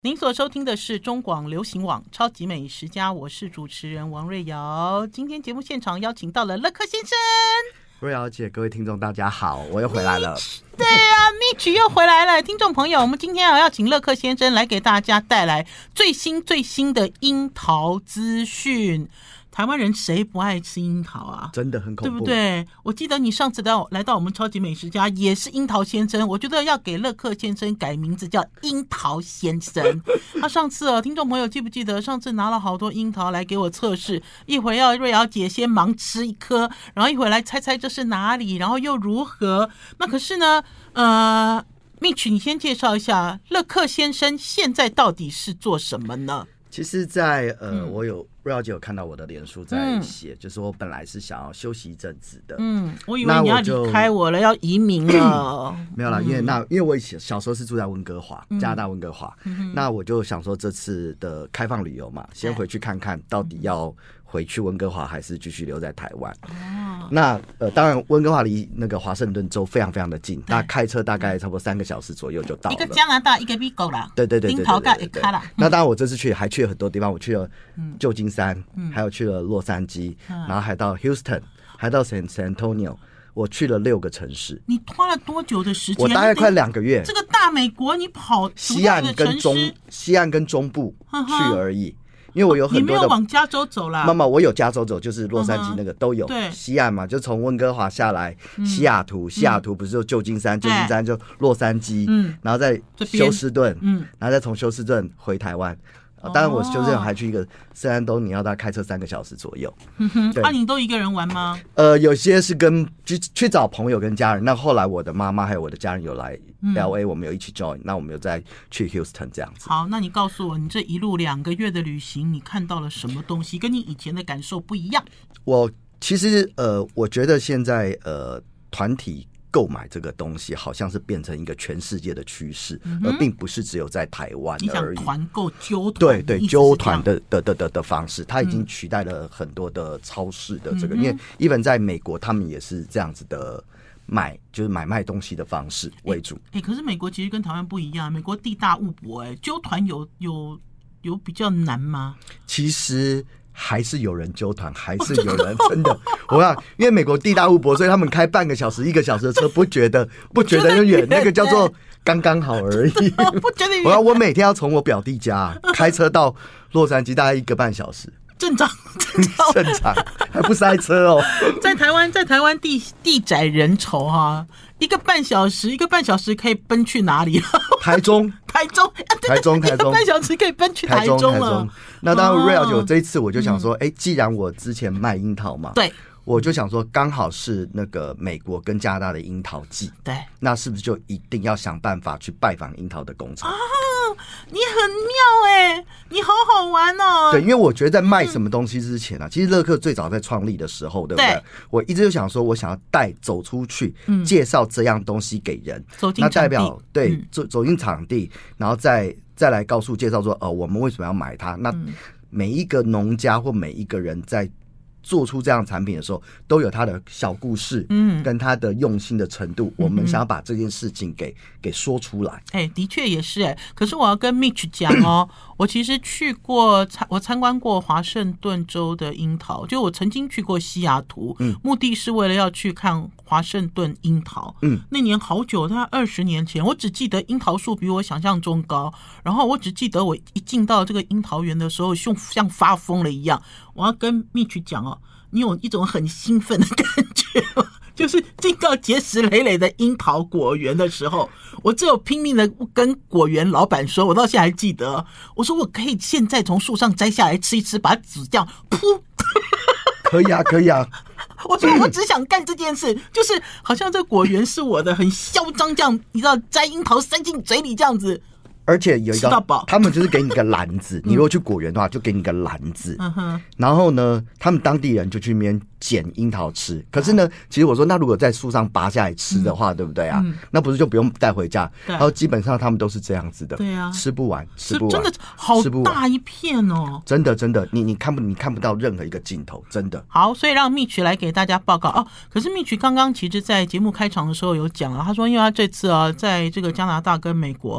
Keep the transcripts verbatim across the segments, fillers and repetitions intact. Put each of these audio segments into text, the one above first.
您所收听的是中广流行网超级美食家，我是主持人王瑞瑶。今天节目现场邀请到了乐克先生。 瑞瑶姐，各位听众大家好，我又回来了。 对啊 Mitch 又回来了。听众朋友，我们今天要请乐克先生来给大家带来最新最新的樱桃资讯。台湾人谁不爱吃樱桃啊？ 真的很恐怖， 对不对？我记得你上次到来到我们超级美食家也是樱桃先生，我觉得要给乐克先生改名字叫樱桃先生。他上次哦，听众朋友记不记得上次拿了好多樱桃来给我测试，一会要瑞瑶姐先盲吃一颗，然后一会来猜猜这是哪里，然后又如何？那可是呢，呃 Mitch 你先介绍一下乐克先生现在到底是做什么呢？ 其实在呃、 嗯、 我有瑞瑶姐有看到我的脸书在写、嗯、就是我本来是想要休息一阵子的。嗯， 我以为你要离开我了，要移民了。 没有啦，因为那因为我小时候是住在温哥华、嗯、加拿大温哥华、嗯、那我就想说这次的开放旅游嘛，先回去看看到底要回去温哥华还是继续留在台湾。哦，那呃，当然温哥华离那个华盛顿州非常非常的近，那开车大概差不多三个小时左右就到了。 一个加拿大，一个美国啦。 对对对对对对对对。 嗯、 那当然我这次去还去了很多地方，我去了旧金山，嗯、还有去了洛杉矶，嗯、然后还到 Houston， 还到 San Antonio。我去了六个城市。 你花了多久的时间？ 我大概快两个月。 这个大美国你跑西岸跟中西岸跟中部去而已。因为我有很多的， 你没有往加州走啦？ 妈妈，我有加州走，就是洛杉矶那个都有。对，西岸嘛，就从温哥华下来，嗯、西雅图，西雅图不是就旧金山，旧金山就洛杉矶，嗯，然后再休斯顿，嗯，然后再从休斯顿回台湾。当然，我休斯顿还去一个圣安东尼奥，大概开车三个小时左右。 嗯哼，啊，你都一个人玩吗？ 呃，有些是跟去去找朋友跟家人。那后来我的妈妈还有我的家人有来 L A，、嗯、我们有一起 join， 那我们有再去 Houston 这样子。 好，那你告诉我，你这一路两个月的旅行，你看到了什么东西，跟你以前的感受不一样？ 我其实呃，我觉得现在呃，团体购买这个东西好像是变成一个全世界的趋势、嗯、而并不是只有在台湾而已。 你想团购揪团， 对对，揪团的的的的的方式，它已经取代了很多的超市的这个，嗯、因为 even 在美国，他们也是这样子的买，就是买卖东西的方式为主。 哎、欸欸，可是美国其实跟台湾不一样，美国地大物博、欸，哎，揪团有有有比较难吗？ 其实。还是有人揪团，还是有人真的，我想，因为美国地大物博，所以他们开半个小时、一个小时的车，不觉得不觉得远，那个叫做刚刚好而已。 不觉得远。 我我每天要从我表弟家开车到洛杉矶，大概一个半小时。 正常， 正常，还不塞车哦。 在台湾，在台湾地地窄人稠哈，一个半小时，一个半小时可以奔去哪里？ 台中， 台中，啊、对对台中，台中， 一个半小时可以奔去台中了。 台中，台中。那当然，瑞瑶姐这一次我就想说，哎、嗯欸，既然我之前卖樱桃嘛， 对。 我就想说，刚好是那个美国跟加拿大的樱桃季， 对， 那是不是就一定要想办法去拜访樱桃的工厂啊？ 你很妙哎、欸，你好好玩哦。 对，因为我觉得在卖什么东西之前啊，嗯、其实乐克最早在创立的时候，对不对？对，我一直就想说，我想要带走出去，嗯、介绍这样东西给人， 走进那代表对、 嗯、 走走进场地，然后再再来告诉介绍说，呃，我们为什么要买它？那每一个农家或每一个人在做出这样的产品的时候，都有他的小故事，嗯，跟他的用心的程度，嗯、我们想要把这件事情给给说出来。 哎、欸，的确也是哎、欸。可是我要跟 Mitch 讲哦，我其实去过，我参观过华盛顿州的樱桃，就我曾经去过西雅图，嗯，目的是为了要去看华盛顿樱桃。嗯，那年好久，大概二十年前，我只记得樱桃树比我想象中高，然后我只记得我一进到这个樱桃园的时候，像像发疯了一样。我要跟 Mitch 讲哦，你有一种很兴奋的感觉吗？就是进到结实累累的樱桃果园的时候，我只有拼命的跟果园老板说，我到现在还记得，我说我可以现在从树上摘下来吃一吃，把籽这样噗， 可以啊，可以啊。 我说我只想干这件事，就是好像这果园是我的，很嚣张这样，你知道摘樱桃塞进嘴里这样子。 而且有一个，他们就是给你个篮子，你如果去果园的话，就给你个篮子。嗯、然后呢，他们当地人就去那边捡樱桃吃。可是呢，其实我说，那如果在树上拔下来吃的话，嗯、对不对啊？嗯、那不是就不用带回家？然后基本上他们都是这样子的。对啊，吃不完，吃不完， 真的好大一片哦！ 真的真的，你你看不你看不到任何一个尽头，真的。 好，所以让Mitch来给大家报告哦。可是Mitch刚刚其实在节目开场的时候有讲了，他说因为他这次啊，在这个加拿大跟美国。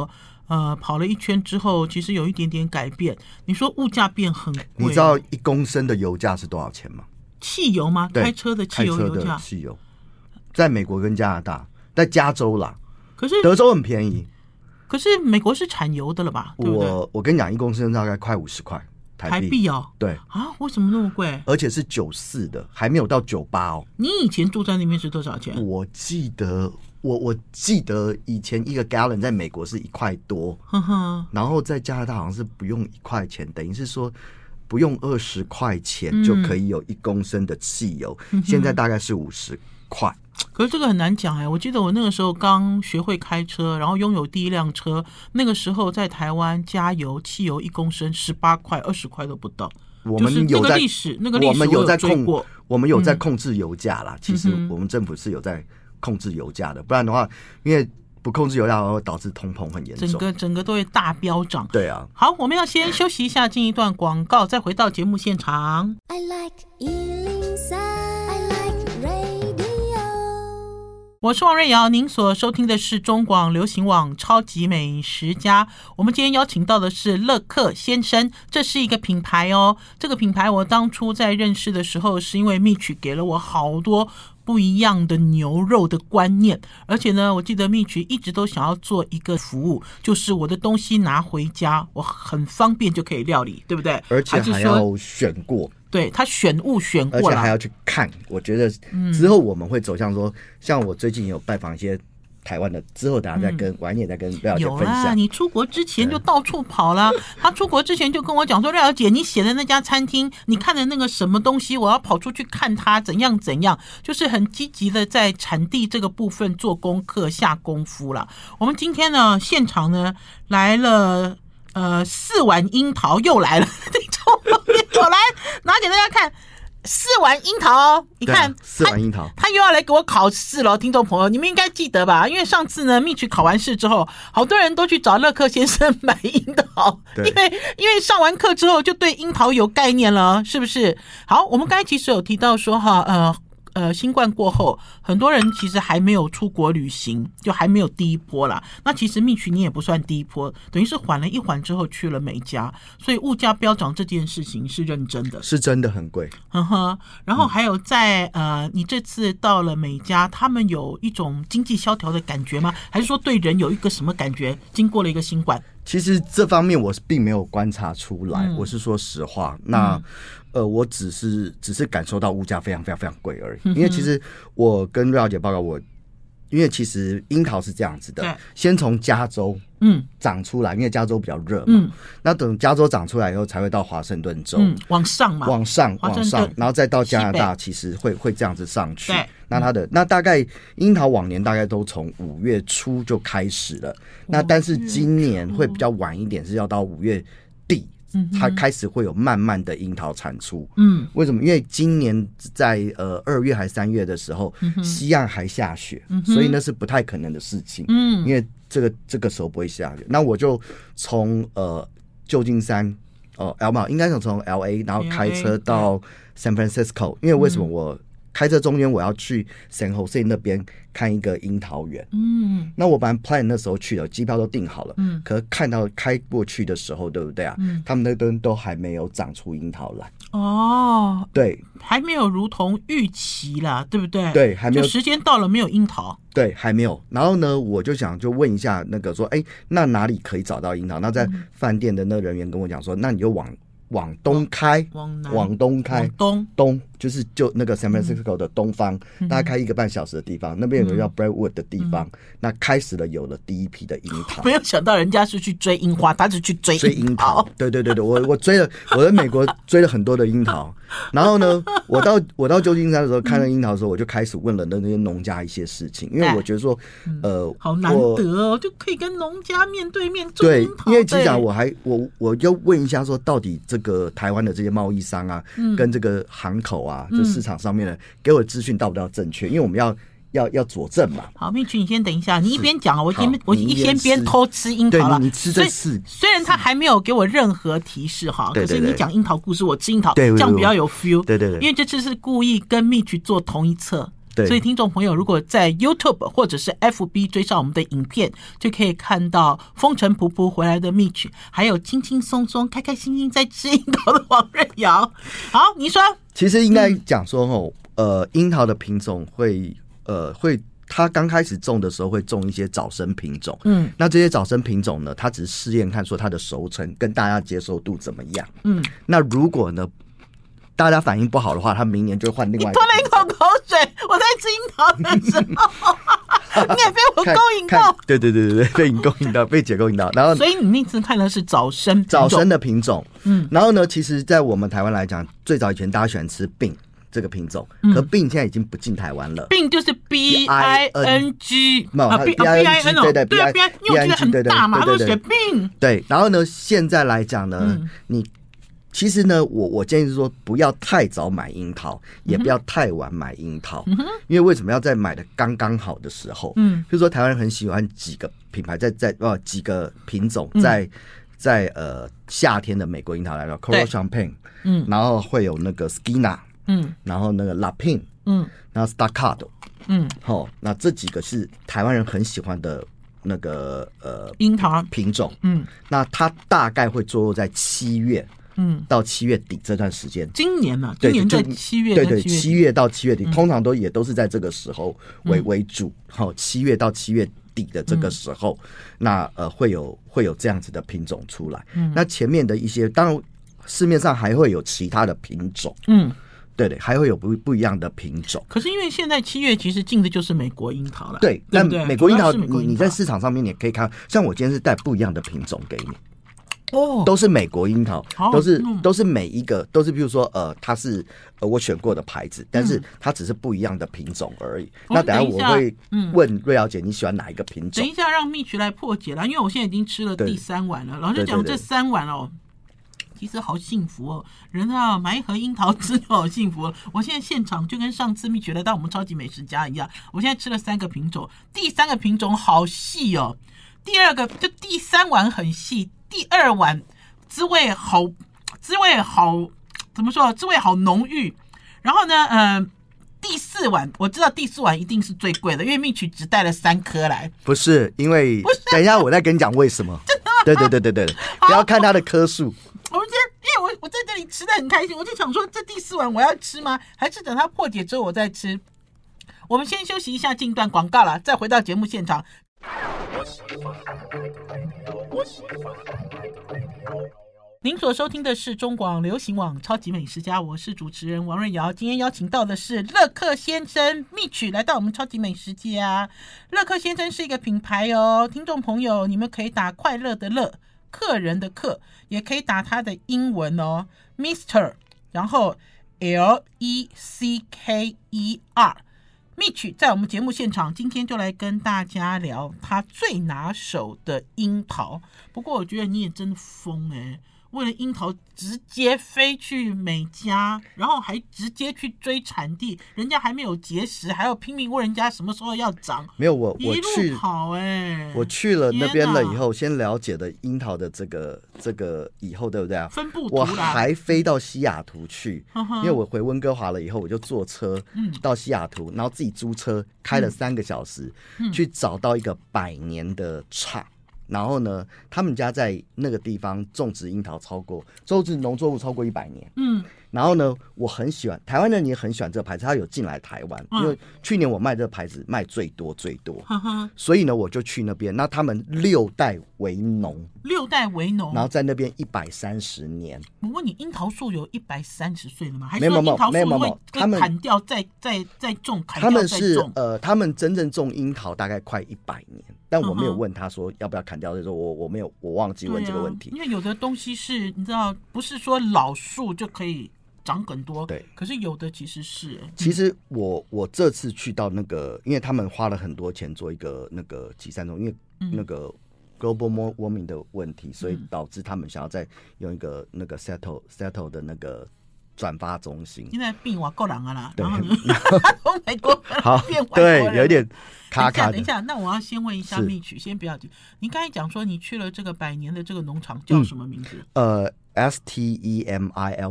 呃跑了一圈之后，其实有一点点改变。你说物价变很贵， 你知道一公升的油价是多少钱吗？ 汽油吗？开车的汽油油价？ 汽油，在美国跟加拿大，在加州啦， 可是德州很便宜。 可是美国是产油的了吧？对不对？ 我我跟你讲，一公升大概快五十块台币。 台币哦， 对啊，为什么那么贵？ 而且是九四的，还没有到九八哦。 你以前住在那边是多少钱？ 我记得，我我记得以前一个 gallon 在美国是一块多，呵呵，然后在加拿大好像是不用一块钱，等于是说不用二十块钱就可以有一公升的汽油，嗯、现在大概是五十块。 可是这个很难讲哎，我记得我那个时候刚学会开车，然后拥有第一辆车，那个时候在台湾加油汽油一公升十八块，二十块都不到。 我们有在、 就是、那个历史，那个历史我们有在控， 过我们有在控制油价啦、嗯。其实我们政府是有在控制油价的，不然的话，因为不控制油价会导致通膨很严重， 整个整个都会大飙涨。 对啊， 好，我们要先休息一下，进一段广告，再回到节目现场。I like 一零三 I like radio。我是王瑞瑶，您所收听的是中广流行网超级美食家。我们今天邀请到的是乐克先生，这是一个品牌哦。这个品牌我当初在认识的时候，是因为Mitch给了我好多不一样的牛肉的观念，而且呢，我记得Mitch一直都想要做一个服务，就是我的东西拿回家，我很方便就可以料理，对不对？ 而且还要选过。 对，他选物选过了， 而且还要去看。我觉得之后我们会走向说，嗯、像我最近有拜访一些台湾的，之后大家再跟晚一点再跟廖姐分享。有啦， 你出国之前就到处跑啦。他出国之前就跟我讲说，廖姐，你写的那家餐厅，你看的那个什么东西，我要跑出去看它怎样怎样，就是很积极的在产地这个部分做功课下功夫了。我们今天呢，现场呢来了。呃，四碗樱桃又来了，我来拿给大家看，四碗樱桃，你看、 啊、四碗樱桃， 他又要来给我考试了，听众朋友，你们应该记得吧？因为上次呢，Mitch考完试之后，好多人都去找乐克先生买樱桃，因为因为上完课之后就对樱桃有概念了，是不是？好，我们刚才其实有提到说哈，呃。呃，新冠过后，很多人其实还没有出国旅行，就还没有第一波啦。那其实Mitch你也不算第一波，等于是缓了一缓之后去了美加，所以物价飙涨这件事情是认真的， 是真的很贵。 呵呵，然后还有在、嗯、呃，你这次到了美加，他们有一种经济萧条的感觉吗？还是说对人有一个什么感觉？经过了一个新冠， 其实这方面我并没有观察出来，嗯、我是说实话。那、嗯、呃，我只是只是感受到物价非常非常非常贵而已。嗯、因为其实我跟瑞瑶姐报告，我因为其实樱桃是这样子的，先从加州嗯长出来，因为加州比较热嘛。嗯，那等加州长出来以后，才会到华盛顿州，嗯， 往上嘛， 往上往上，然后再到加拿大，其实会会这样子上去。那它的那大概樱桃往年大概都从五月初就开始了，那但是今年会比较晚一点，是要到五月底。它开始会有慢慢的樱桃产出，嗯，为什么？因为今年在呃二月还三月的时候，嗯、西岸还下雪，嗯、所以那是不太可能的事情，嗯，因为这个这个时候不会下雪。那我就从呃旧金山，哦 L 嘛，应该是从 L A， 然后开车到 San Francisco， 因为为什么我开车中间我要去 San Jose 那边看一个樱桃园，嗯，那我本来 plan 那时候去了，机票都订好了，嗯，可是看到开过去的时候，对不对啊？嗯，他们那边都还没有长出樱桃来，哦，对， 还没有如同预期啦，对不对？ 对，还没有， 就时间到了没有樱桃， 对，还没有。然后呢，我就想就问一下那个说，哎，那哪里可以找到樱桃？那在饭店的那人员跟我讲说，那你就往。往东开，往南，往东开， 往东东就是就那个 San Francisco 的东方，嗯、大概开一个半小时的地方，那边有个叫 Brentwood 的地方，嗯、那开始了有了第一批的樱桃。 没有想到人家是去追樱花，他是去追追樱桃。对对对对，我我追了，我在美国追了很多的樱桃。然后呢，我到我到旧金山的时候看到樱桃的时候，我就开始问了那些农家一些事情，因为我觉得说，呃， 好难得哦，就可以跟农家面对面种樱桃。 对，因为其实我还我我就问一下说，到底这个台湾的这些贸易商啊，嗯、跟这个行口啊，就市场上面的、嗯、给我的资讯到不到正确？因为我们要。要要佐证嘛。 好，Mitch，你先等一下，你一边讲啊，我先我一先边偷吃樱桃了。 对，你吃这次， 虽然他还没有给我任何提示哈，可是你讲樱桃故事，我吃樱桃，这样比较有 feel。 对对对， 因为这次是故意跟Mitch做同一侧。 对， 所以听众朋友如果在 YouTube 或者是 F B 追上我们的影片，就可以看到风尘仆仆回来的Mitch，还有轻轻松松开开心心在吃樱桃的王瑞瑶。好，你说其实应该讲说哦、嗯、呃樱桃的品种会呃会它刚开始种的时候会种一些早生品种，嗯，那这些早生品种呢，它只是试验看说它的熟成跟大家接受度怎么样，嗯，那如果呢大家反应不好的话，他明年就换另外一个。 你吞了一口口水，我在吃樱桃的时候，你也被我勾引到。 对对对对对，被你勾引到，被姐勾引到。然后， 所以你那次看的是早生早生的品种，嗯，然后呢，其实，在我们台湾来讲，最早以前大家喜欢吃病这个品种，可病现在已经不进台湾了。 病就是 B I N G， 啊 B I N 哦，对对 ，B I， 因为我觉得很大嘛，都写病。 对，然后呢，现在来讲呢，你。其实呢，我我建议是说，不要太早买樱桃，也不要太晚买樱桃，嗯、因为为什么要在买的刚刚好的时候？嗯，比如说台湾人很喜欢几个品牌在在呃几个品种在、嗯、在呃夏天的美国樱桃来了 ，Coral Champagne， 嗯，然后会有那个 Skinna， 嗯，然后那个 Lapin， 嗯，然后 Staccato， 嗯，好、哦，那这几个是台湾人很喜欢的那个呃樱桃品种，嗯，那它大概会坐落在七月。嗯，到七月底这段时间， 今年嘛、啊，今年在七月， 对对，七月到七月底，嗯、通常都也都是在这个时候为、嗯、为主。好、哦，七月到七月底的这个时候，嗯、那呃会有会有这样子的品种出来。嗯，那前面的一些，当然市面上还会有其他的品种。嗯，对对，还会有不不一样的品种。 可是因为现在七月其实进的就是美国樱桃了， 对， 但美国樱桃，你你在市场上面你也可以看，像我今天是带不一样的品种给你。哦，都是美国樱桃，都是、嗯、都是每一个都是，比如说呃，它是呃我选过的牌子，但是它只是不一样的品种而已。嗯、那等一下我会问瑞瑶姐，你喜欢哪一个品种？ 等一下让Mitch来破解啦，因为我现在已经吃了第三碗了。老实讲，这三碗哦，其实好幸福哦，人啊买一盒樱桃汁就好幸福了。我现在现场就跟上次Mitch来到我们超级美食家一样，我现在吃了三个品种，第三个品种好细哦，第二个就第三碗很细。第二碗滋味好，滋味好，怎么说？滋味好浓郁。然后呢，嗯、呃，第四碗我知道第四碗一定是最贵的，因为Mitch只带了三颗来。 不是，因为等一下我再跟你讲为什么。真的吗？对对对对对，不要看它的颗数。 我们今天因为我我在这里吃的很开心，我就想说这第四碗我要吃吗？还是等它破解之后我再吃？我们先休息一下，进段广告了，再回到节目现场。您所收听的是中广流行网超级美食家，我是主持人王瑞瑶。今天邀请到的是乐克先生Mitch来到我们超级美食家。乐克先生是一个品牌哦，听众朋友你们可以打快乐的乐，客人的客，也可以打他的英文哦 Mister 然后 L E C K E R。Mitch 在我们节目现场，今天就来跟大家聊他最拿手的樱桃。不过我觉得你也真的疯欸，为了樱桃直接飞去美加，然后还直接去追产地，人家还没有结实，还要拼命问人家什么时候要长。 没有，我我去跑哎， 我去了那边了以后，先了解了樱桃的这个这个以后，对不对啊？ 分布图我还飞到西雅图去，因为我回温哥华了以后，我就坐车到西雅图，然后自己租车开了三个小时，嗯、去找到一个百年的厂。然后呢，他们家在那个地方种植樱桃超过种植农作物超过一百年。嗯，然后呢，我很喜欢台湾人也很喜欢这个牌子，他有进来台湾，嗯、因为去年我卖这个牌子卖最多最多，嗯、所以呢，我就去那边。那他们六代为农， 六代为农， 然后在那边一百三十年。 我问你，樱桃树有一百三十岁了吗？还是说樱桃树会他们砍掉再再再种？ 他们是呃，他们真正种樱桃大概快一百年。但我没有问他说要不要砍掉的时候，我我没有我忘记问这个问题、 啊。因为有的东西是你知道，不是说老树就可以长很多， 对。 可是有的其实是。 其实我我这次去到那个，因为他们花了很多钱做一个那个集散种，因为那个 global warming 的问题，所以导致他们想要再用一个那个 settle settle 的那个。转发中心， 现在变外国人啊啦，然后呢，从美国变外国人，对，有点卡卡的。 等一下，那我要先问一下Mitch，先不要急。你刚才讲说你去了这个百年的这个农场叫什么名字？ 嗯、呃 ，S T E M I L T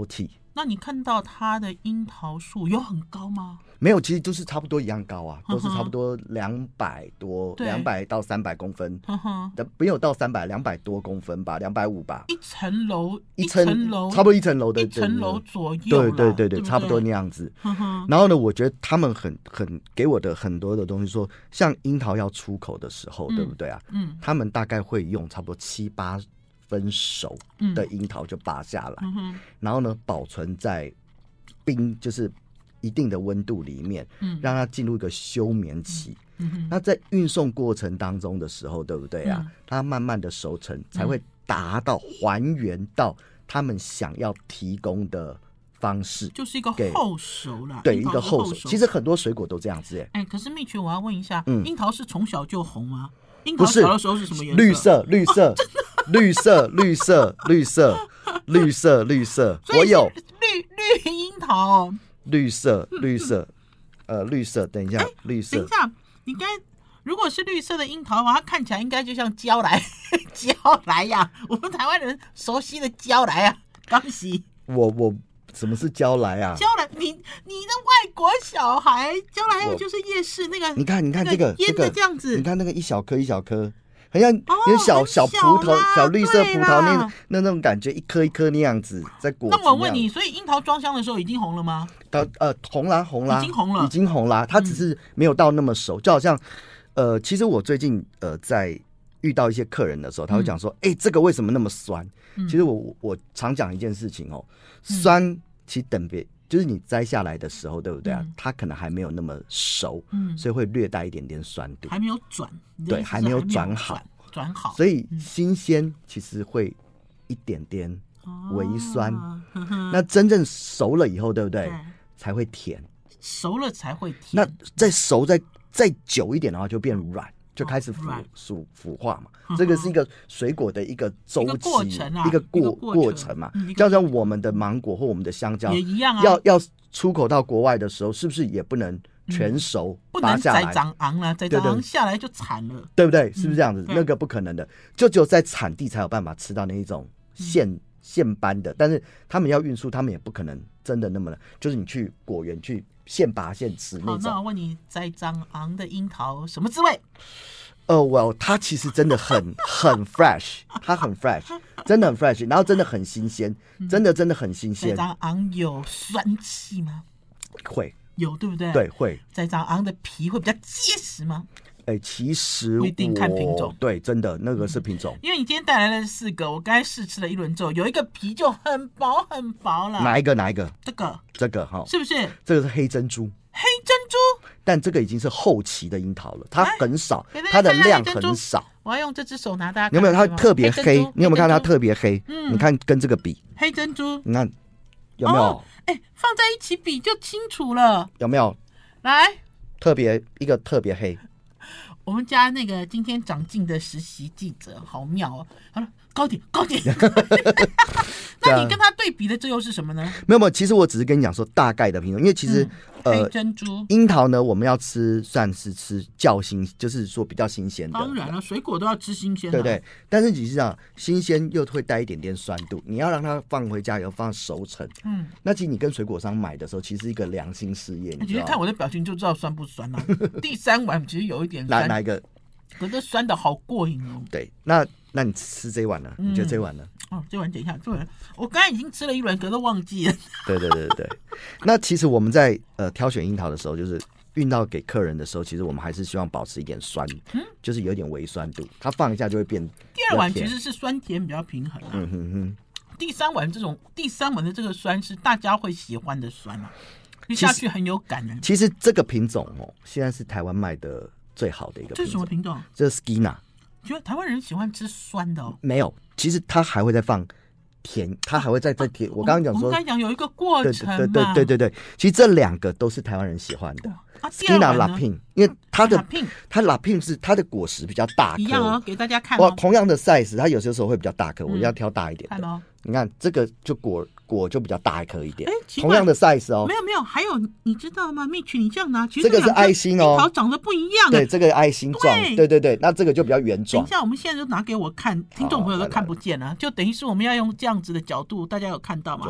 那你看到它的樱桃树有很高吗？ 没有，其实就是差不多一样高啊，都是差不多两百多，两百到三百公分，的没有到三百，两百多公分吧，两百五吧。 一层楼， 一层楼， 差不多一层楼的， 一层楼左右， 对对对对， 差不多那样子。然后呢，我觉得他们很很给我的很多的东西说，像樱桃要出口的时候，嗯、对不对啊？嗯，他们大概会用差不多七八分熟的樱桃就拔下来，嗯、然后呢保存在冰，就是一定的温度里面，嗯、让它进入一个休眠期。嗯、那在运送过程当中的时候，对不对啊？嗯、它慢慢的熟成，才会达到还原到他们想要提供的方式， 就是一个后熟啦。 对，一个后熟。其实很多水果都这样子。哎， 可是蜜群，我要问一下，嗯、樱桃是从小就红吗？樱桃小的时候是什么颜色？ 绿色，绿色，哦、绿色，绿色，绿色，绿色，绿色。我有绿绿樱桃、哦， 绿色，绿色，呃，绿色。等一下，绿色。 等一下，你该如果是绿色的樱桃的话，它看起来应该就像蕉来蕉来呀，我们台湾人熟悉的蕉来啊，恭喜我我。什么是蕉来啊？ 蕉来，你你的外国小孩，蕉来还有就是夜市那个， 你看你看这个腌的这样子， 你看那个一小颗一小颗，好像有小、哦、小葡萄、小绿色葡萄那那那种感觉，一颗一颗那样子在果。 那我问你，所以樱桃装箱的时候已经红了吗？ 到呃红啦红啦， 已经红了， 已经红啦，它只是没有到那么熟，嗯、就好像呃，其实我最近呃在遇到一些客人的时候，他会讲说，哎、嗯欸，这个为什么那么酸？嗯、其实我我常讲一件事情哦，酸。嗯其实等别就是你摘下来的时候，对不对啊？嗯、它可能还没有那么熟，嗯，所以会略带一点点酸度， 还没有转， 对，还没有转好， 转好。 所以新鲜其实会一点点微酸，哦、那真正熟了以后，对不对？嗯、才会甜， 熟了才会甜。 那再熟再再久一点的话，就变软。就开始腐腐腐化嘛，嗯、这个是一个水果的一个周期，一个过程、啊、一个过过程嘛。就像我们的芒果或我们的香蕉也一样啊， 要要出口到国外的时候，是不是也不能全熟拔下来？ 不能再长昂了，再长昂下来就惨了， 对不对？是不是这样子？嗯、那个不可能的，就只有在产地才有办法吃到那一种现、嗯、现搬的，但是他们要运输，他们也不可能真的那么，就是你去果园去。现拔现吃那种。好， 那我问你，栽长昂的樱桃什么滋味？ 呃，我它其实真的很很 fresh， 它很 fresh， 真的很 fresh， 然后真的很新鲜，真的真的很新鲜。 栽长昂有酸气吗？ 会有，对不对？ 对，会。 栽长昂的皮会比较结实吗？ 哎、欸，其实不一定，看品种。 对，真的那个是品种、嗯。 因为你今天带来了四个，我刚才试吃了一轮之后，有一个皮就很薄很薄了。 哪一个？哪一个？ 这个， 这个哈， 是不是？ 这个是黑珍珠。 黑珍珠， 但这个已经是后期的樱桃了，它很少，它的量很少。 我要用这只手拿大家看， 你有没有？它特别黑，你有没有看它特别黑？ 嗯， 你看跟这个比， 黑珍珠， 你看有没有？ 哎、哦欸，放在一起比就清楚了， 有没有？ 来， 特别一个特别黑。 我们家那个今天长进的实习记者好妙哦，好了，高点高点。那你跟他对比的这又是什么呢？ 没有没有，其实我只是跟你讲说大概的品种，因为其实、 嗯、呃，黑珍珠樱桃呢，我们要吃算是吃较新，就是说比较新鲜的。 当然了，水果都要吃新鲜的， 对对。但是实际上新鲜又会带一点点酸度，你要让它放回家以后放熟成。嗯，那其实你跟水果商买的时候，其实是一个良心事业。 你其实看我的表情就知道酸不酸啊。第三碗其实有一点酸， 哪哪一个？ 可是酸的好过瘾哦。 对，那那你吃这一碗呢？你觉得这一碗呢？ 嗯、哦，这碗等一下，这碗我刚才已经吃了一轮，可是都忘记了。 对对对对，那其实我们在呃挑选樱桃的时候，就是运到给客人的时候，其实我们还是希望保持一点酸，嗯，就是有点微酸度，它放一下就会变。 第二碗其实是酸甜比较平衡、啊，嗯哼哼。第三碗这种第三碗的这个酸是大家会喜欢的酸啊，吃下去很有感人。 其实这个品种哦，现在是台湾卖的最好的一个品种。 这是什么品种？ 这是 Skina。 觉得台湾人喜欢吃酸的哦？ 没有，其实它还会再放甜，它还会再再甜。我刚刚讲说， 我们刚才讲有一个过程嘛， 对对对对对对，其实这两个都是台湾人喜欢的。 啊 Skina Lapin， 因为它的它 Lapin 是它的果实比较大颗， 一样哦，给大家看哦。同样的 size， 它有些时候会比较大颗，我要挑大一点的。 看哦， 你看这个就果果就比较大颗一点，同样的 size 哦。 没有没有，还有你知道吗？蜜曲，你这样拿，其实这个是爱心哦， 樱桃长得不一样。 对，这个爱心状，对对对，那这个就比较圆状。 等一下，我们现在就拿给我看，听众朋友都看不见了，就等于是我们要用这样子的角度，大家有看到吗？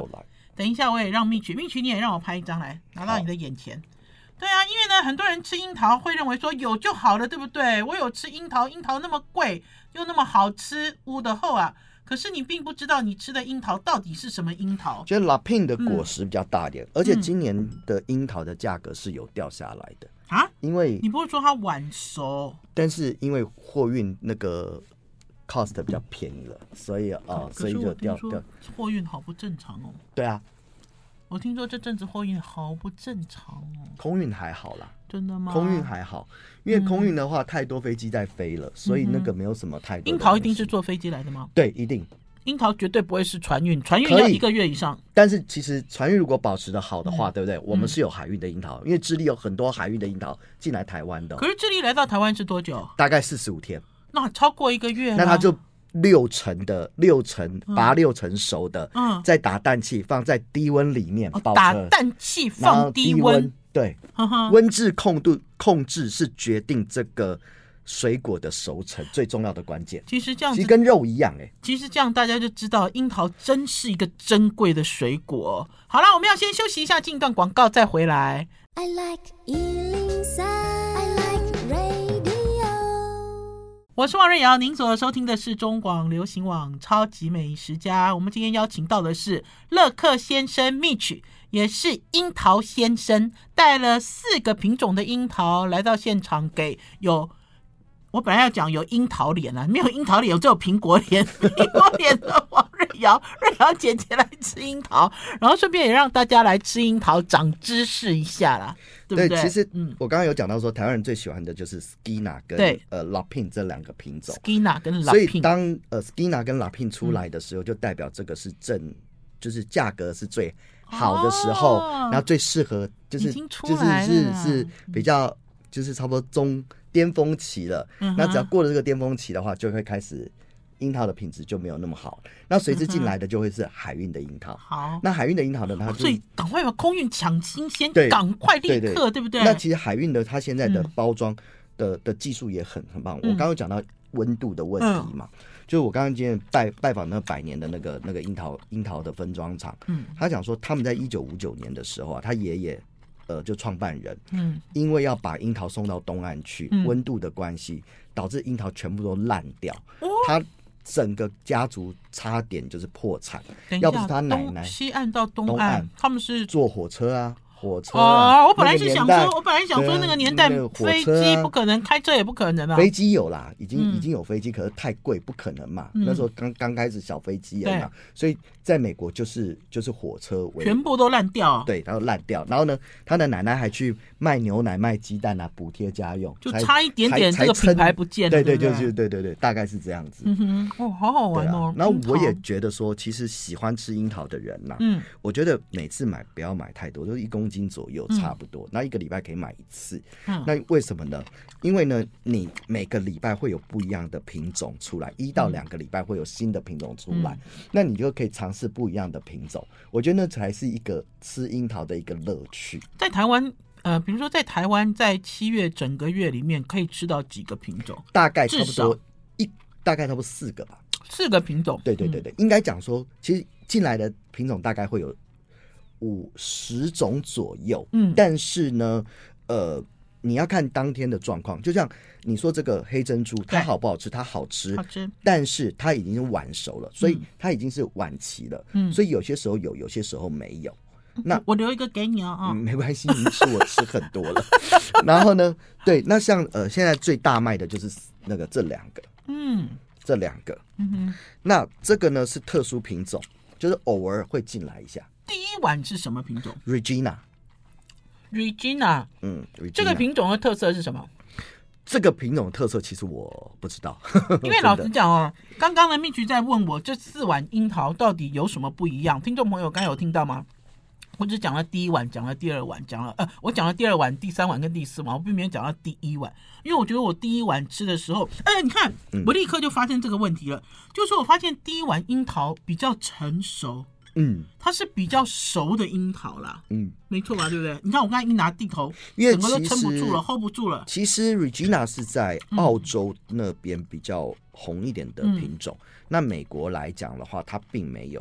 等一下我也让蜜曲，蜜曲你也让我拍一张来，拿到你的眼前。对啊，因为呢，很多人吃樱桃会认为说有就好了，对不对？我有吃樱桃，樱桃那么贵又那么好吃，乌的厚啊。可是你并不知道你吃的樱桃到底是什么樱桃。 觉得 Lapin 的果实比较大一点，嗯、而且今年的樱桃的价格是有掉下来的啊， 因为你不是说它晚熟， 但是因为货运那个 cost 比较便宜了，所以啊、呃，所以就掉掉。 货运好不正常哦。 对啊。 我听说这阵子货运好不正常哦。 空运还好啦。 真的吗？ 空运还好，因为空运的话、嗯、太多飞机在飞了，所以那个没有什么太多的。 樱桃一定是坐飞机来的吗？ 对，一定。 樱桃绝对不会是船运，船运要一个月以上。 但是其实船运如果保持的好的话、嗯、对不对？我们是有海运的樱桃，因为智利有很多海运的樱桃进来台湾的。 可是智利来到台湾是多久？ 大概四十五天。 那超过一个月。 那它就六成的六成拔六成熟的，嗯，再打氮气放在低温里面保存、哦、 打氮气放低温， 对，温质控度控制是决定这个水果的熟成最重要的关键。 其实这样子， 其实跟肉一样哎、欸。 其实这样大家就知道樱桃真是一个珍贵的水果。好了，我们要先休息一下，进一段广告再回来。I like 一零三 I like radio。我是王瑞瑶，您所收听的是中广流行网超级美食家。我们今天邀请到的是乐克先生 Mitch， 也是樱桃先生，带了四个品种的樱桃来到现场，给有我本来要讲有樱桃脸啊，没有樱桃脸，只有苹果脸，苹果脸的王瑞瑶，瑞瑶姐姐来吃樱桃，然后顺便也让大家来吃樱桃，长知识一下啦。对不对？ 对，其实我刚刚有讲到说，台湾人最喜欢的就是 Skeena 跟呃 Lapin 这两个品种。 Skeena 跟 Lapin， 所以当呃 Skeena 跟 Lapin 出来的时候，嗯、就代表这个是正，就是价格是最好的时候，哦、然后最适合，就是就是是是比较就是差不多中巅峰期了。嗯、那只要过了这个巅峰期的话，就会开始。樱桃的品质就没有那么好，那随之进来的就会是海运的樱桃。好，那海运的樱桃呢，它就所以赶快把空运抢新鲜，赶快立刻， 对, 对, 对不对？ 那其实海运的它现在的包装的、嗯、的技术也很很棒。我刚刚有讲到温度的问题嘛，嗯、就是我刚刚今天拜拜访那个百年的那个那个樱桃樱桃的分装厂，嗯，他讲说他们在一九五九年的时候啊，他爷爷。呃，就创办人，嗯，因为要把樱桃送到东岸去，嗯、温度的关系，导致樱桃全部都烂掉，哦、他整个家族差点就是破产。要不是他奶奶西岸到东 岸, 东岸，他们是坐火车啊。火车啊、 哦，我本来是想说，我本来想说那个年代飞机不可能，开车也不可能啊。 飞机有啦，已经、嗯、已经有飞机，可是太贵，不可能嘛。嗯、那时候刚刚开始小飞机而已嘛，所以在美国就是就是火车为全部都烂掉， 对，然后烂掉。然后呢，他的奶奶还去卖牛奶、卖鸡蛋啊，补贴家用， 就差一点点这个品牌不见了。 对对，就是对对对，大概是这样子。 嗯哼，哦，好好玩哦。 啊、然后我也觉得说，其实喜欢吃樱桃的人呐、啊，嗯，我觉得每次买不要买太多，就是一公斤左右差不多，那、嗯、一个礼拜可以买一次。嗯、那为什么呢？因为呢，你每个礼拜会有不一样的品种出来，一到两个礼拜会有新的品种出来，嗯、那你就可以尝试不一样的品种。我觉得那才是一个吃樱桃的一个乐趣。 在台湾，呃，比如说在台湾，在七月整个月里面可以吃到几个品种？ 大概差不多一，大概差不多四个吧。 四个品种？ 对对对对，嗯、应该讲说，其实进来的品种大概会有五十种左右。嗯，但是呢，呃。你要看当天的状况，就像你说这个黑珍珠，它好不好吃？它好吃， 好吃，但是它已经是晚熟了，所以它已经是晚期了。嗯，所以有些时候有，有些时候没有。那我留一个给你啊、哦嗯，没关系，你吃我吃很多了。然后呢，对，那像呃，现在最大卖的就是那个这两个，嗯，这两个，嗯哼，那这个呢是特殊品种，就是偶尔会进来一下。 第一碗是什么品种 ？Regina。Regina， 嗯， Regina 这个品种的特色是什么？ 这个品种的特色其实我不知道， 因为老实讲哦，刚刚的蜜橘在问我这四碗樱桃到底有什么不一样。听众朋友刚有听到吗？我只讲了第一碗，讲了第二碗，讲了呃，我讲了第二碗、第三碗跟第四碗，我并没有讲到第一碗，因为我觉得我第一碗吃的时候，哎，你看，我立刻就发现这个问题了，嗯、就是我发现第一碗樱桃比较成熟。嗯，它是比较熟的樱桃啦，嗯，没错吧，对不对？你看我刚才一拿地头，整个都撑不住了 ，hold 不住了。 其实 Regina 是在澳洲那边比较红一点的品种，嗯、那美国来讲的话，它并没有太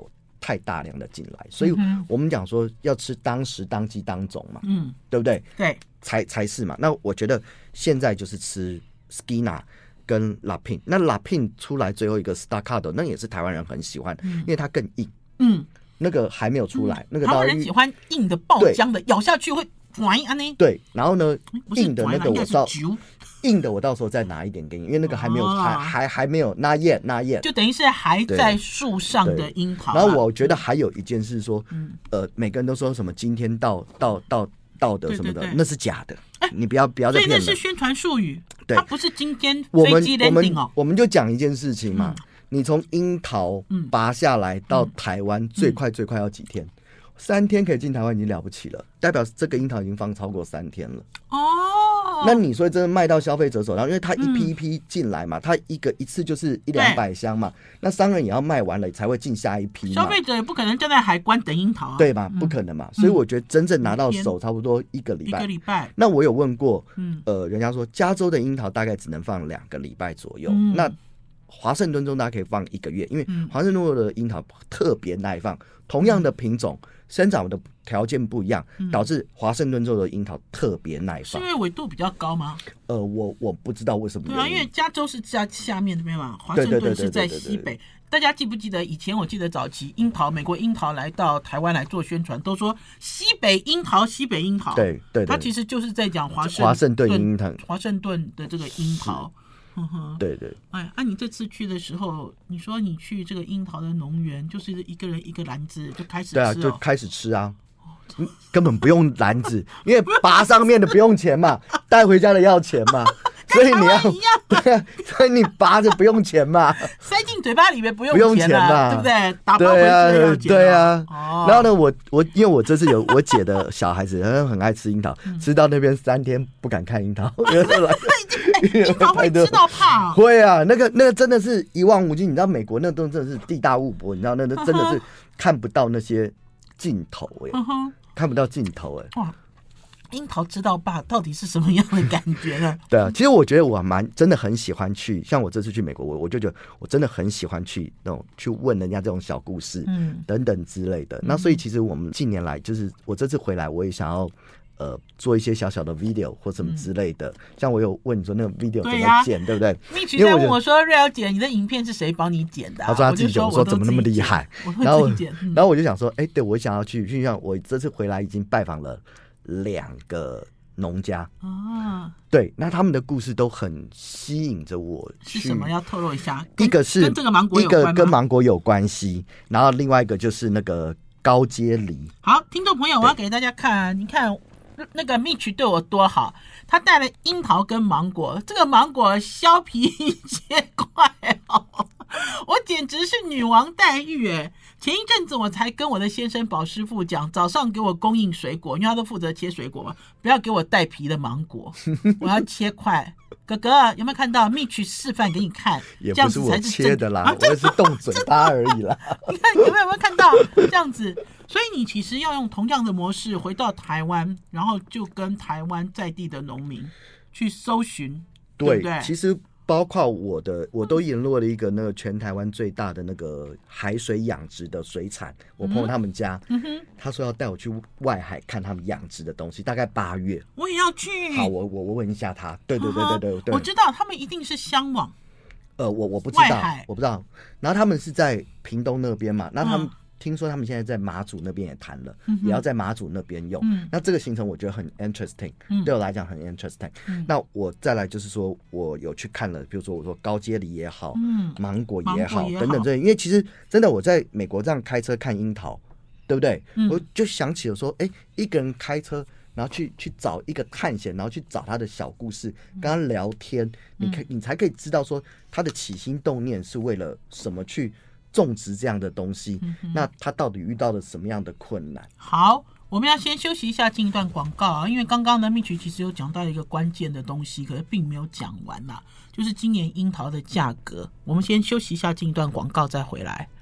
太大量的进来，所以我们讲说要吃当时当季当种嘛， 嗯， 对不对？ 对， 才才是嘛。那我觉得现在就是吃 Skyna 跟 Lapin， 那 Lapin 出来最后一个 Staccato， 那也是台湾人很喜欢，嗯、因为它更硬， 嗯， 那个还没有出来，嗯、那个台湾人喜欢硬的爆浆的，咬下去会对，然后呢，硬的那个我到硬的我到时候再拿一点给你，因为那个还没有、哦、还还还没有 not yet not yet， 就等于是还在树上的樱桃、啊。 然后我觉得还有一件事说，嗯、呃，每个人都说什么今天到到到到的什么的，对对对，那是假的，欸、你不要不要再骗了。 所以那是宣传术语，它不是今天飞机 landing 哦。 我们就讲一件事情嘛，嗯、你从樱桃拔下来到台湾，嗯、最快最快要几天？三天可以进台湾已经了不起了，代表这个樱桃已经放超过三天了。 哦， 那你说真的卖到消费者手上，因为他一批一批进来嘛，他、嗯、一个一次就是一两百箱嘛，那商人也要卖完了才会进下一批嘛。 消费者也不可能站在海关等樱桃啊， 对吧？不可能嘛，嗯、所以我觉得真正拿到手差不多一个礼拜。 一个礼拜。 那我有问过，嗯、呃，人家说加州的樱桃大概只能放两个礼拜左右，嗯、那华盛顿州大家可以放一个月，因为华盛顿州的樱桃特别耐放，同样的品种。生长的条件不一样，导致华盛顿州的樱桃特别耐放。 是因为纬度比较高吗？ 呃，我我不知道为什么。 对啊，因为加州是在下面这边嘛，华盛顿是在西北。大家记不记得以前？我记得早期樱桃，美国樱桃来到台湾来做宣传，都说西北樱桃，西北樱桃。 对 对, 对， 它其实就是在讲华盛华盛顿樱桃， 华盛顿的这个樱桃。 对对， 哎，啊，你这次去的时候，你说你去这个樱桃的农园，就是一个人一个篮子就开始吃、哦， 对啊，就开始吃啊，哦、根本不用篮子，因为拔上面的不用钱嘛，带回家的要钱嘛，所以你要对啊，所以你拔着不用钱嘛， 塞进嘴巴里面不用钱、啊、 不用钱嘛， 对不对？打包回去的要钱、啊， 对啊。 哦、 然后呢，我我因为我这次有我姐的小孩子，他很爱吃樱桃，嗯、吃到那边三天不敢看樱桃，因为来。 樱桃会吃到怕、哦， 会啊，那个那个真的是一望无际，你知道美国那都真的是地大物博，你知道那那真的是看不到那些尽头哎、欸，嗯、看不到尽头哎、欸。 哇，樱桃吃到怕到底是什么样的感觉呢？ 对啊，其实我觉得我蛮真的很喜欢去，像我这次去美国，我我就觉得我真的很喜欢去那种去问人家这种小故事，嗯，等等之类的。那所以其实我们近年来就是我这次回来，我也想要。呃，做一些小小的 video 或什么之类的，嗯、像我有问你说那个 video 怎么剪， 对,、啊、对不对？ 蜜曲在问我说：“瑞餚姐，你的影片是谁帮你剪的、啊？” 他说他自己剪，我说怎么那么厉害？然后， 嗯、 然后我就想说，哎，对我想要去，就像我这次回来已经拜访了两个农家啊，对，那他们的故事都很吸引着我。 是什么？要透露一下？ 一个是跟这个芒果有关吗？ 一个跟芒果有关系，然后另外一个就是那个高阶梨。 好，听众朋友，我要给大家看，你看。那个 Mitch 对我多好，他带了樱桃跟芒果，这个芒果削皮切块哦，我简直是女王待遇哎！前一阵子我才跟我的先生宝师傅讲，早上给我供应水果，因为他都负责切水果嘛，不要给我带皮的芒果，我要切块。哥哥有没有看到 Mitch 示范给你看？ 也不是我切的啦，我也是动嘴巴而已啦。 你看有没有有没有看到这样子？所以你其实要用同样的模式回到台湾，然后就跟台湾在地的农民去搜寻， 对, 对不对？ 其实包括我的，我都联络了一个那个全台湾最大的那个海水养殖的水产，我朋友他们家，嗯哼，他说要带我去外海看他们养殖的东西，大概八月， 我也要去。 好，我我我问一下他，对对对对 对, 对, 对， 我知道他们一定是箱网， 呃，我我不知道，我不知道。然后他们是在屏东那边嘛，那他们。嗯听说他们现在在马祖那边也谈了，嗯、也要在马祖那边用、嗯。那这个行程我觉得很 interesting，、嗯、对我来讲很 interesting、嗯。那我再来就是说，我有去看了，比如说我说高阶梨也好，嗯、芒果也好等等这些，因为其实真的我在美国这样开车看樱桃，对不对？嗯、我就想起了说，哎，一个人开车，然后去去找一个探险，然后去找他的小故事，跟他聊天，你可你才可以知道说他的起心动念是为了什么去。种植这样的东西、嗯，那他到底遇到了什么样的困难？ 好，我们要先休息一下，进一段广告啊。因为刚刚呢，蜜曲其实有讲到一个关键的东西，可是并没有讲完啦，就是今年樱桃的价格。我们先休息一下，进一段广告再回来。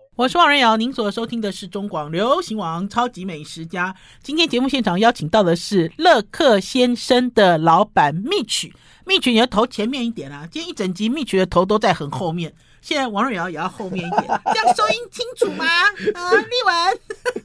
我是王仁瑶，您所收听的是中广流行网超级美食家。今天节目现场邀请到的是乐客先生的老板Mitch。Mitch，你的头前面一点啊！今天一整集Mitch的头都在很后面，现在王仁瑶也要后面一点，这样收音清楚吗？啊，立文。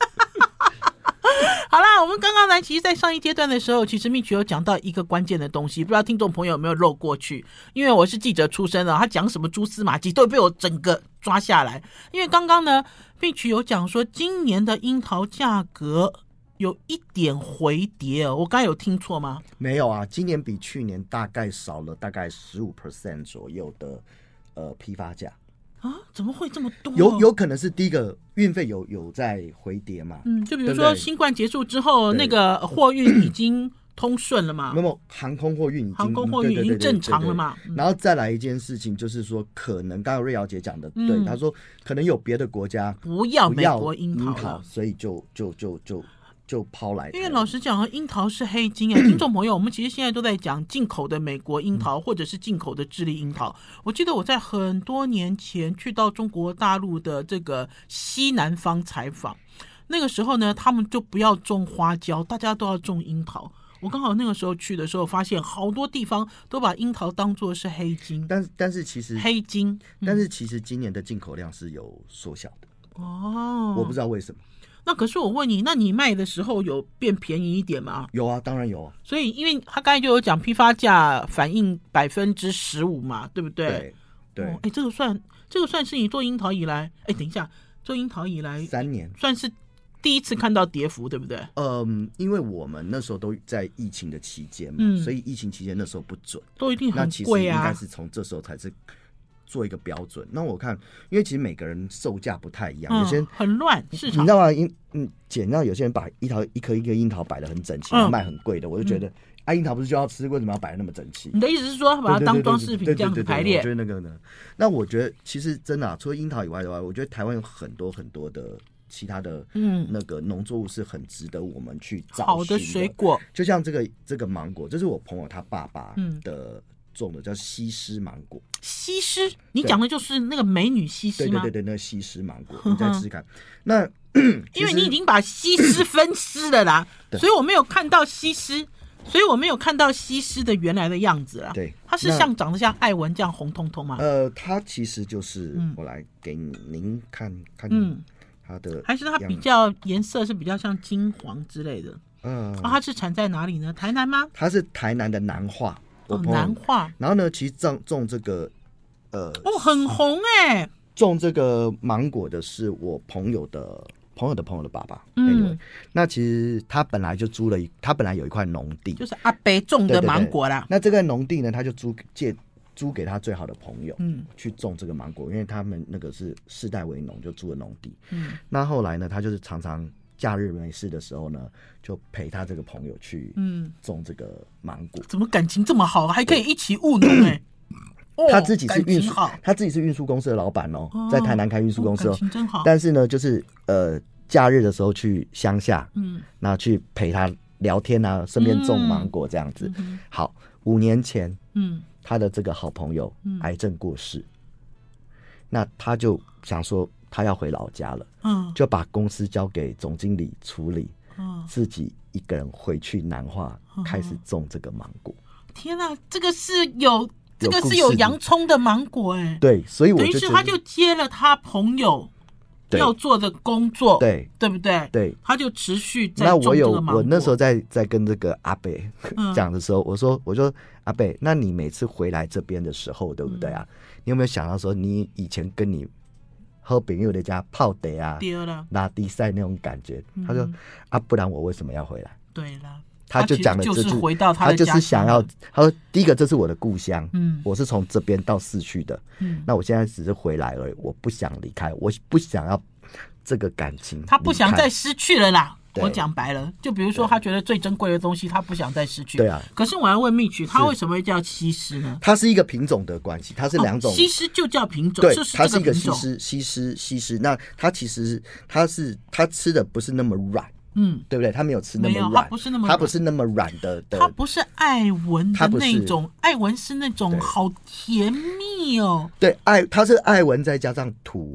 好啦，我们刚刚来，其实在上一阶段的时候，其实Mitch有讲到一个关键的东西，不知道听众朋友有没有漏过去。因为我是记者出身的，他讲什么蛛丝马迹都被我整个抓下来。因为刚刚呢Mitch有讲说今年的樱桃价格有一点回跌哦，我刚才有听错吗？ 没有啊，今年比去年大概少了大概 百分之十五 左右的呃批发价。 啊，怎么会这么多？ 有有可能是第一个运费有有在回跌嘛？ 嗯，就比如说新冠结束之后，那个货运已经通顺了嘛？ 没有，航空货运已经航空货运已经正常了嘛？ 嗯、然后再来一件事情，就是说，可能刚刚瑞瑶姐讲的，对，她、嗯、说可能有别的国家不要美国樱桃了， 所以就就就就。就抛来， 因为老实讲，樱桃是黑金哎，听众朋友，我们其实现在都在讲进口的美国樱桃，或者是进口的智利樱桃。我记得我在很多年前去到中国大陆的这个西南方采访，那个时候呢，他们就不要种花椒，大家都要种樱桃。我刚好那个时候去的时候，发现好多地方都把樱桃当作是黑金， 但但是其实黑金， 嗯、但是其实今年的进口量是有缩小的哦， 我不知道为什么。 那可是我问你，那你卖的时候有变便宜一点吗？ 有啊，当然有啊。 所以因为他刚才就有讲批发价反映百分之十五嘛，对不对？ 对对。哎、 哦，这个算这个算是你做樱桃以来，哎，等一下，做樱桃以来三年， 算是第一次看到跌幅，对不对？ 嗯，因为我们那时候都在疫情的期间嘛，嗯、所以疫情期间那时候不准， 都一定很贵啊。 那其实应该是从这时候才是。做一个标准，那我看，因为其实每个人售价不太一样，嗯、有些人很乱市场， 你知道吗？樱嗯，捡到有些人把一桃一颗一颗樱桃摆得很整齐，嗯、卖很贵的，我就觉得，嗯、啊，樱桃不是就要吃，为什么要摆得那么整齐？ 你的意思是说，把它当装饰品这样子排列？ 我觉得那个呢，那我觉得其实真的、啊，除了樱桃以外的话，我觉得台湾有很多很多的其他的，嗯，那个农作物是很值得我们去找好的水果， 就像这个这个芒果，这是我朋友他爸爸的。嗯种的叫西施芒果， 西施，你讲的就是那个美女西施吗？ 对对对对，那个西施芒果，你再试试看。那因为你已经把西施分尸了啦，所以我没有看到西施，所以我没有看到西施的原来的样子啦。 对， 它是像长得像艾文这样红彤彤吗？ 呃，它其实就是，嗯、我来给您看看，嗯，它的还是它比较颜色是比较像金黄之类的。嗯、呃，啊，它是产在哪里呢？台南吗？ 它是台南的南化。 哦，南化。 然后呢，其实种种这个，呃， 哦，很红哎、欸。 种这个芒果的是我朋友的朋友的朋友的爸爸。嗯， anyway, 那其实他本来就租了一，他本来有一块农地， 就是阿伯种的芒果啦。 对对对，那这个农地呢，他就租借租给他最好的朋友，嗯，去种这个芒果，因为他们那个是世代为农，就租了农地。嗯，那后来呢，他就是常常。假日没事的时候呢，就陪他这个朋友去种这个芒果。 怎么感情这么好，还可以一起务农哎、欸哦？他自己是运输，他自己是运输公司的老板哦，哦在台南开运输公司哦， 感情真好。 但是呢，就是呃，假日的时候去乡下，嗯，那去陪他聊天啊，顺便种芒果这样子。嗯、好，五年前，嗯，他的这个好朋友癌症过世，嗯、那他就想说。他要回老家了，嗯，就把公司交给总经理处理，嗯，自己一个人回去南化、嗯、开始种这个芒果。 天哪、啊，这个是有这个是有洋葱的芒果哎、欸， 对，所以我就等于是他就接了他朋友要做的工作， 对， 对不对？ 对， 他就持续在种这个芒果。 那我有我那时候在在跟这个阿伯讲的时候，嗯、我说我说阿伯，那你每次回来这边的时候，对不对啊？嗯、你有没有想到说你以前跟你和朋友的家泡茶啊，拉低赛那种感觉，嗯、他说啊，不然我为什么要回来？ 对了， 他就讲了这句， 就是回到他的家乡，他就是想要，他说第一个这是我的故乡，嗯，我是从这边到市区的，嗯，那我现在只是回来而已，我不想离开，我不想要这个感情， 他不想再失去了啦。我讲白了，就比如说他觉得最珍贵的东西，他不想再失去。 对啊。 可是我要问Mitch，他为什么会叫西施呢？ 它是一个品种的关系，它是两种。 哦、西施就叫品种， 对， 是它是一个西施，西施，西施。那它其实它是它吃的不是那么软，嗯，对不对？它没有吃那么软， 它不是那么， 它不是那么软的。 它不是艾文的那种，艾文是那种好甜蜜哦。 对，艾它是艾文再加上土。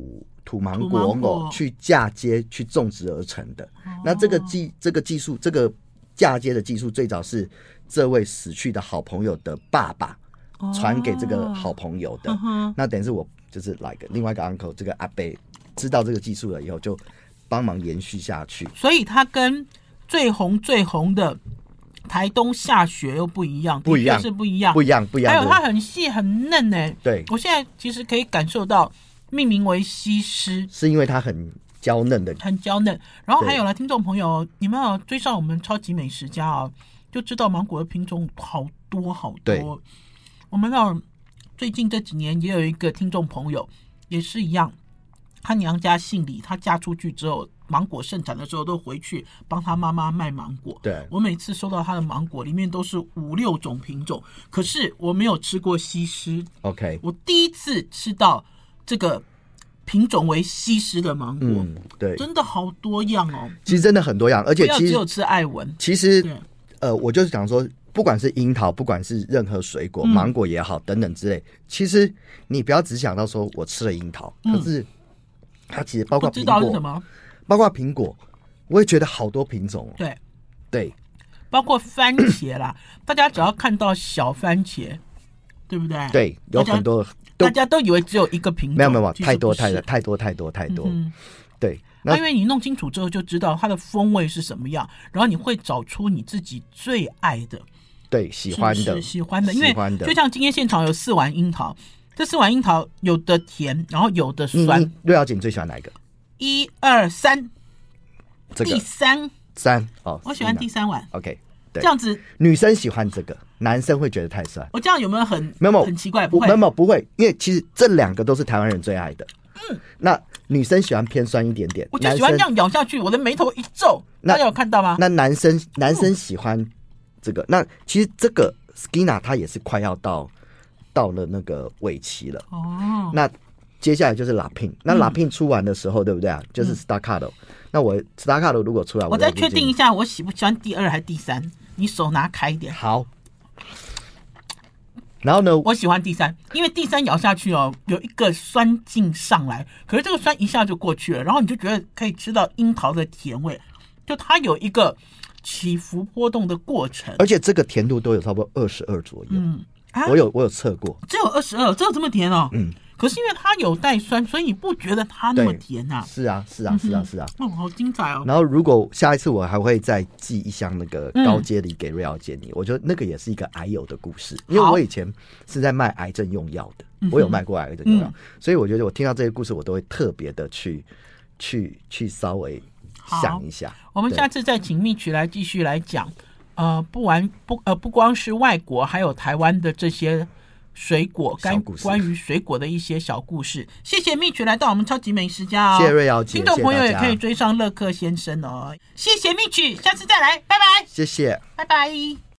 土芒土果芒果去嫁接去种植而成的。 哦、 那这个技这个技术，这个嫁接的技术，最早是这位死去的好朋友的爸爸传给这个好朋友的。 哦、 那等于是我就是来个另外一个 uncle， 这个阿伯知道这个技术了以后，就帮忙延续下去。 所以他跟最红最红的台东下雪又不一样， 不一样是不一样， 不一样，不一样。 还有它很细很嫩诶。 对， 我现在其实可以感受到，命名为西施， 是因为它很娇嫩的， 很娇嫩。然后还有了，听众朋友，你们要追上我们超级美食家啊，就知道芒果的品种好多好多。我们呢，最近这几年也有一个听众朋友，也是一样，他娘家姓李，他嫁出去之后，芒果盛产的时候都回去帮他妈妈卖芒果。 对， 我每次收到他的芒果，里面都是五六种品种，可是我没有吃过西施。 OK， 我第一次吃到这个品种为西施的芒果， 嗯，对， 真的好多样哦。 其实真的很多样，而且其实不要只有吃艾文。 其实，呃，我就是讲说，不管是樱桃，不管是任何水果， 嗯、 芒果也好，等等之类，其实你不要只想到说我吃了樱桃， 嗯、 可是它其实包括苹果， 不知道是什么， 包括苹果，我也觉得好多品种、哦。 对对， 包括番茄啦，大家只要看到小番茄，对不对？ 对，有很多， 大家都以为只有一个品种， 没有没有，太多太多太多太多太多。嗯、对， 那因为你弄清楚之后就知道它的风味是什么样，然后你会找出你自己最爱的， 对，喜欢的， 是是喜欢的，因为就像今天现场有四碗樱桃，这四碗樱桃有的甜，然后有的酸。 嗯、瑞瑶姐，你最喜欢哪一个？ 一二三， 这个第三三哦， 我喜欢第三碗。 OK， 对， 这样子女生喜欢这个，男生会觉得太酸。 我这样有没有很没有很奇怪？不会， 没有不会，因为其实这两个都是台湾人最爱的。嗯，那女生喜欢偏酸一点点， 我就喜欢这样咬下去，我的眉头一皱，大家有看到吗？ 那男生男生喜欢这个，嗯、那其实这个 Skinna 它也是快要到到了那个尾期了。 哦， 那接下来就是 Lapin， 那 Lapin 出完的时候，嗯、对不对啊？就是 Staccato，嗯、那我 Staccato 如果出来， 我再确定一下，我喜不喜欢第二还是第三？你手拿开一点。 好。然后呢， 我喜欢第三，因为第三咬下去哦，有一个酸劲上来，可是这个酸一下就过去了，然后你就觉得可以吃到樱桃的甜味，就它有一个起伏波动的过程， 而且这个甜度都有差不多二十二左右。嗯，啊、我有我有测过， 只有二十二，只有这么甜哦。嗯。可是因为它有带酸，所以你不觉得它那么甜啊？ 是啊，是啊，是啊，是啊。 嗯，好精彩哦！ 然后如果下一次我还会再寄一箱那个高阶梨给瑞瑶姐你，嗯、我觉得那个也是一个癌友的故事，因为我以前是在卖癌症用药的，我有卖过癌症用药，嗯、所以我觉得我听到这些故事，我都会特别的去去去稍微想一下。 我们下次再请蜜曲来继续来讲，呃，不完不呃不光是外国，还有台湾的这些。水果关关于水果的一些小故事，谢谢蜜曲来到我们超级美食家哦， 谢谢瑞瑶姐， 听众朋友也可以追上乐克先生哦，谢谢蜜曲，下次再来，拜拜， 谢谢， 拜拜。